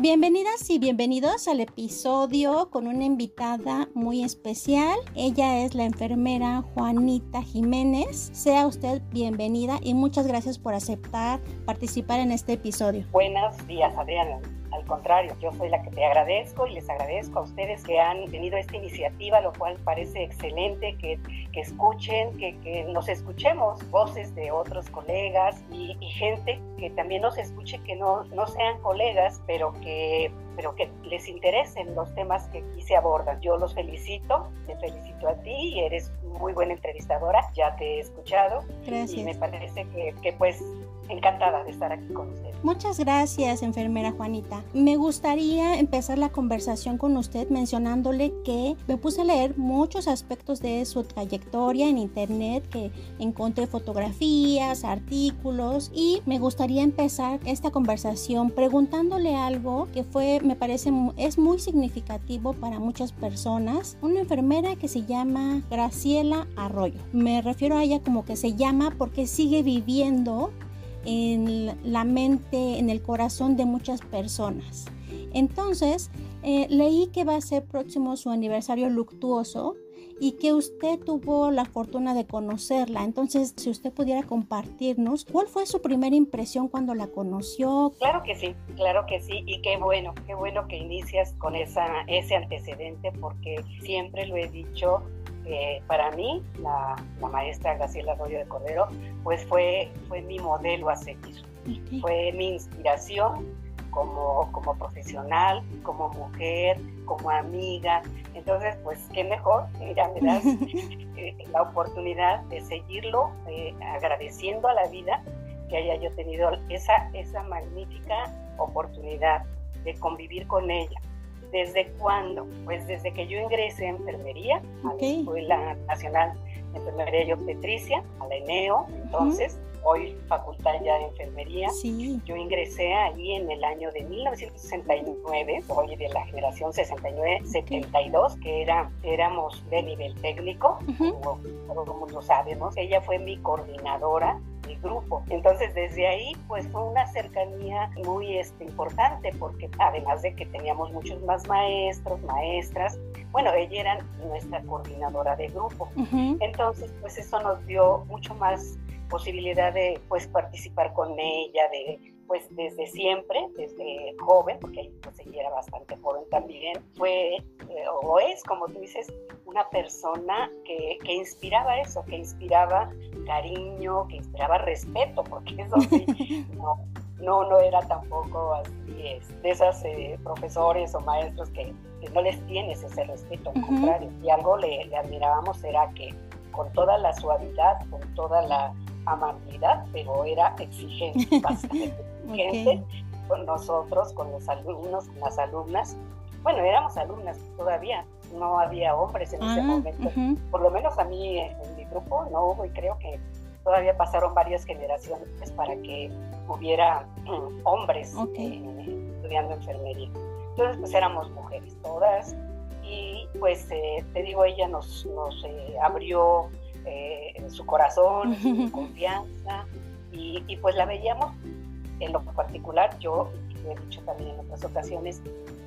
Bienvenidas y bienvenidos al episodio con una invitada muy especial. Ella es la enfermera Juanita Jiménez. Sea usted bienvenida y muchas gracias por aceptar participar en este episodio. Buenos días, Adriana. Al contrario, yo soy la que te agradezco y les agradezco a ustedes que han tenido esta iniciativa, lo cual parece excelente, que escuchen, que nos escuchemos voces de otros colegas y gente que también nos escuche, que no sean colegas, pero que les interesen los temas que aquí se abordan. Yo los felicito, te felicito a ti, eres muy buena entrevistadora, ya te he escuchado. Gracias. Y me parece que pues encantada de estar aquí con usted. Muchas gracias, enfermera Juanita. Me gustaría empezar la conversación con usted mencionándole que me puse a leer muchos aspectos de su trayectoria en internet, que encontré fotografías, artículos, y me gustaría empezar esta conversación preguntándole algo que me parece es muy significativo para muchas personas. Una enfermera que se llama Graciela Arroyo. Me refiero a ella como que se llama porque sigue viviendo en la mente, en el corazón de muchas personas. Entonces, leí que va a ser próximo su aniversario luctuoso y que usted tuvo la fortuna de conocerla. Entonces, si usted pudiera compartirnos, ¿cuál fue su primera impresión cuando la conoció? Claro que sí, y qué bueno que inicias con ese antecedente, porque siempre lo he dicho. Para mí, la maestra Graciela Arroyo de Cordero, pues fue mi modelo a seguir. Okay. Fue mi inspiración como profesional, como mujer, como amiga. Entonces, pues, qué mejor, mira, me das la oportunidad de seguirlo, agradeciendo a la vida que haya yo tenido esa magnífica oportunidad de convivir con ella. ¿Desde cuándo? Pues desde que yo ingresé a enfermería, a la Escuela Nacional de Enfermería y Obstetricia, a la ENEO, entonces, hoy Facultad ya de Enfermería. Sí. Yo ingresé ahí en el año de 1969, soy de la generación 69-72, que éramos de nivel técnico, como todo el mundo sabemos. Ella fue mi coordinadora de grupo. Entonces, desde ahí, pues fue una cercanía muy importante, porque además de que teníamos muchos más maestros, maestras, bueno, ella era nuestra coordinadora de grupo. Entonces, pues eso nos dio mucho más posibilidad de pues participar con ella, pues desde siempre, desde joven, porque pues ella era bastante joven también, fue o es, como tú dices, una persona que inspiraba eso, que inspiraba cariño, que inspiraba respeto, porque eso sí, no era tampoco así, de esos profesores o maestros que no les tienes ese respeto, al contrario. Y algo le admirábamos era que con toda la suavidad, con toda la amabilidad, pero era exigente, bastante exigente con nosotros, con los alumnos, con las alumnas. Bueno, éramos alumnas todavía, no había hombres en ese momento. Por lo menos a mí en mi grupo no hubo, y creo que todavía pasaron varias generaciones para que hubiera hombres estudiando enfermería. Entonces, pues éramos mujeres todas, y pues te digo, ella nos abrió su corazón, su confianza, y pues la veíamos. En lo particular, yo, y lo he dicho también en otras ocasiones,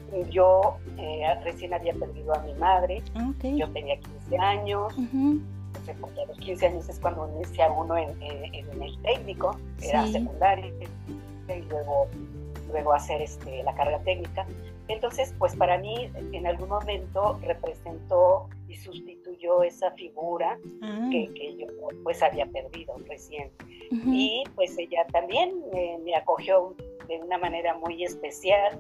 yo recién había perdido a mi madre. Yo tenía 15 años, porque a los 15 años es cuando inicia uno en el técnico, era secundario, y luego hacer la carrera técnica. Entonces, pues para mí en algún momento representó y sustituyó esa figura que yo pues había perdido recién. Y pues ella también me acogió de una manera muy especial,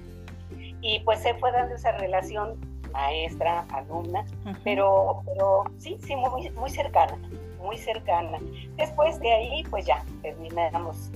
y pues se fue dando esa relación maestra-alumna, pero sí, muy cercana, muy cercana. Después de ahí, pues ya terminé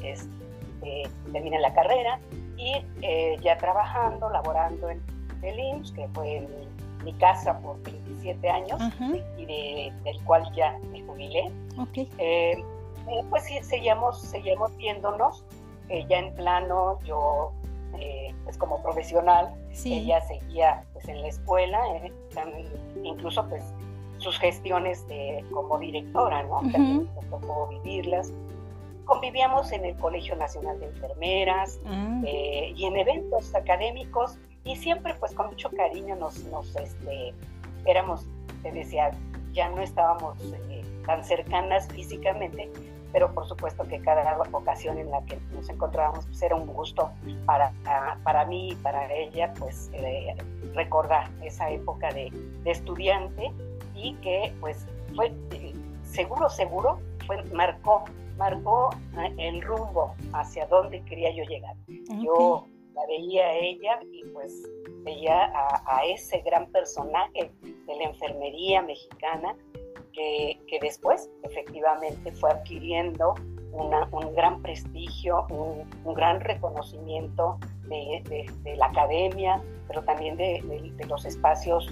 la carrera, y ya trabajando, laborando en el IMSS, que fue mi casa por 27 años, y del cual ya me jubilé. Pues sí, seguíamos viéndonos, ya en plano, yo pues como profesional, ella seguía pues en la escuela, incluso pues sus gestiones como directora, ¿no? También me tocó vivirlas. convivíamos en el Colegio Nacional de Enfermeras y en eventos académicos, y siempre pues con mucho cariño éramos, te decía, ya no estábamos tan cercanas físicamente, pero por supuesto que cada ocasión en la que nos encontrábamos pues era un gusto para mí y para ella, pues recordar esa época de estudiante, y que pues fue seguro marcó el rumbo hacia donde quería yo llegar. Okay. Yo la veía a ella y pues veía a ese gran personaje de la enfermería mexicana que después efectivamente fue adquiriendo un gran prestigio, un gran reconocimiento de la academia, pero también de los espacios,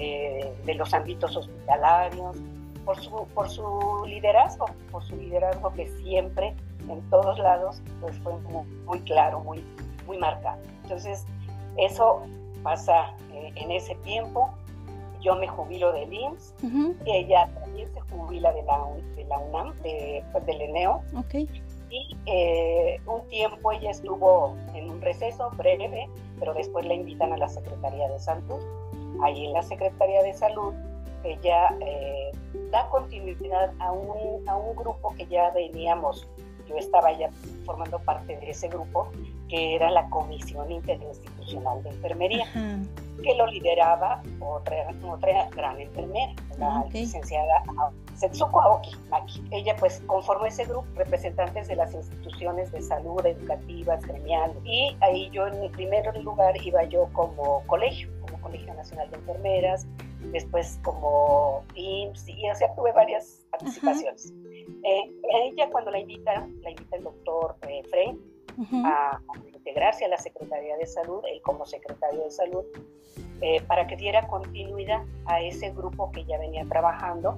de los ámbitos hospitalarios, por su liderazgo que siempre en todos lados pues fue muy claro, muy marcado. Entonces eso pasa en ese tiempo. Yo me jubilo del IMSS, ella también se jubila de la UNAM, del ENEO. Okay. Y un tiempo ella estuvo en un receso breve, pero después la invitan a la Secretaría de Salud. Ahí en la Secretaría de Salud ella da continuidad a un grupo que ya veníamos, yo estaba ya formando parte de ese grupo, que era la Comisión Interinstitucional de Enfermería, que lo lideraba otra gran enfermera, la licenciada Setsuko Aoki Maki. Ella pues conformó ese grupo, representantes de las instituciones de salud, educativas, gremiales, y ahí yo en mi primer lugar iba yo como Colegio Nacional de Enfermeras, después como IMSS, y o sea, tuve varias participaciones. Ella cuando la invita el doctor Frey a integrarse a la Secretaría de Salud, él como secretario de Salud, para que diera continuidad a ese grupo que ya venía trabajando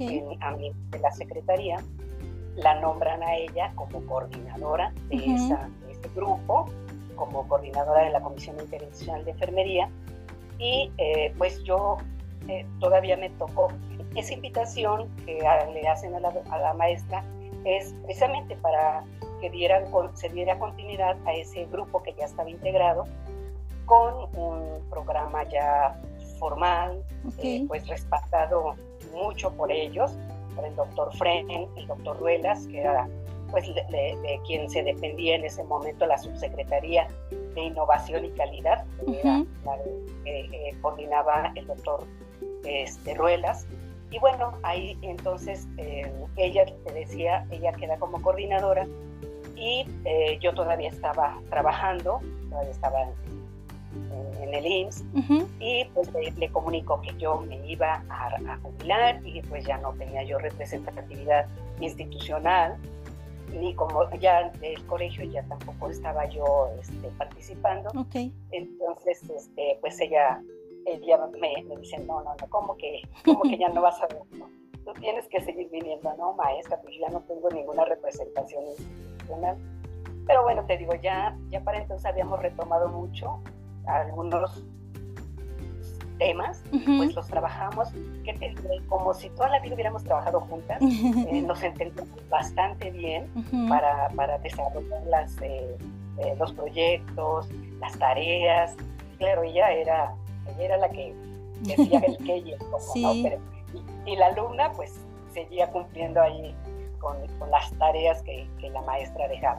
en la Secretaría. La nombran a ella como coordinadora de ese grupo, como coordinadora de la Comisión Interinstitucional de Enfermería, y pues yo todavía me tocó esa invitación que le hacen a la maestra, es precisamente para que se diera continuidad a ese grupo que ya estaba integrado, con un programa ya formal, pues respaldado mucho por ellos, por el doctor Fren, el doctor Ruelas, que era pues de quien se dependía en ese momento la Subsecretaría de Innovación y Calidad, que era la que coordinaba el doctor Ruelas. Y bueno, ahí entonces ella, te decía, ella queda como coordinadora, y yo todavía estaba trabajando, todavía estaba en el IMSS, y pues le comunicó que yo me iba a jubilar, y pues ya no tenía yo representatividad institucional, ni como ya del colegio ya tampoco estaba yo participando. Entonces pues ella me dice, no, ¿cómo que ya no vas a ver? ¿No? Tú tienes que seguir viniendo, ¿no, maestra? Pues ya no tengo ninguna representación institucional. Pero bueno, te digo, ya para entonces habíamos retomado mucho algunos temas, pues los trabajamos, que te digo, como si toda la vida hubiéramos trabajado juntas. Nos entendemos bastante bien para desarrollar los proyectos, las tareas. Claro, ella era la que decía el qué y el cómo, ¿no? Pero, y la alumna pues seguía cumpliendo ahí con las tareas que la maestra dejaba.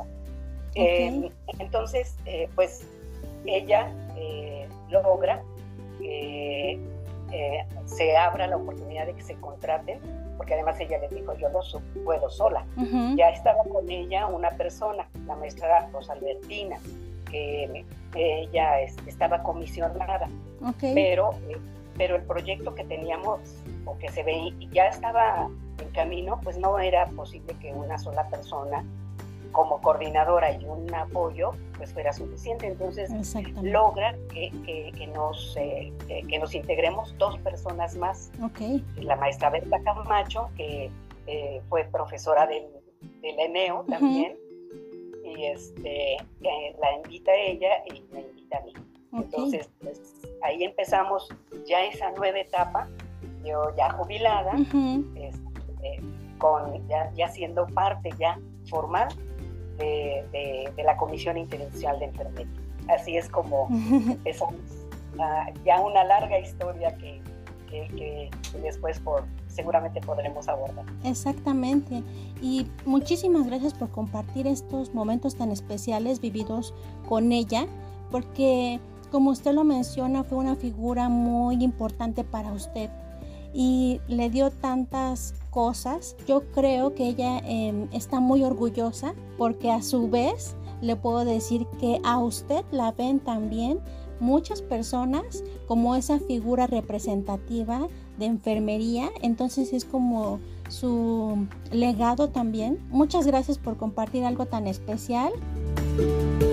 Entonces pues ella logra que se abra la oportunidad de que se contraten, porque además ella le dijo, yo no puedo sola. Ya estaba con ella una persona, la maestra Rosalbertina, que ella estaba comisionada, pero el proyecto que teníamos, o que se veía, ya estaba en camino, pues no era posible que una sola persona como coordinadora y un apoyo pues fuera suficiente. Entonces logra que nos integremos dos personas más. La maestra Berta Camacho, que fue profesora del ENEO también, y la invita a ella y me invita a mí. Entonces pues ahí empezamos ya esa nueva etapa, yo ya jubilada, ya siendo parte ya formal de la Comisión Interinstitucional de Enfermería. Así es como es ya una larga historia que después seguramente podremos abordar. Exactamente, y muchísimas gracias por compartir estos momentos tan especiales vividos con ella, porque como usted lo menciona, fue una figura muy importante para usted y le dio tantas cosas. Yo creo que ella está muy orgullosa, porque a su vez le puedo decir que a usted la ven también muchas personas como esa figura representativa de enfermería. Entonces es como su legado también. Muchas gracias por compartir algo tan especial.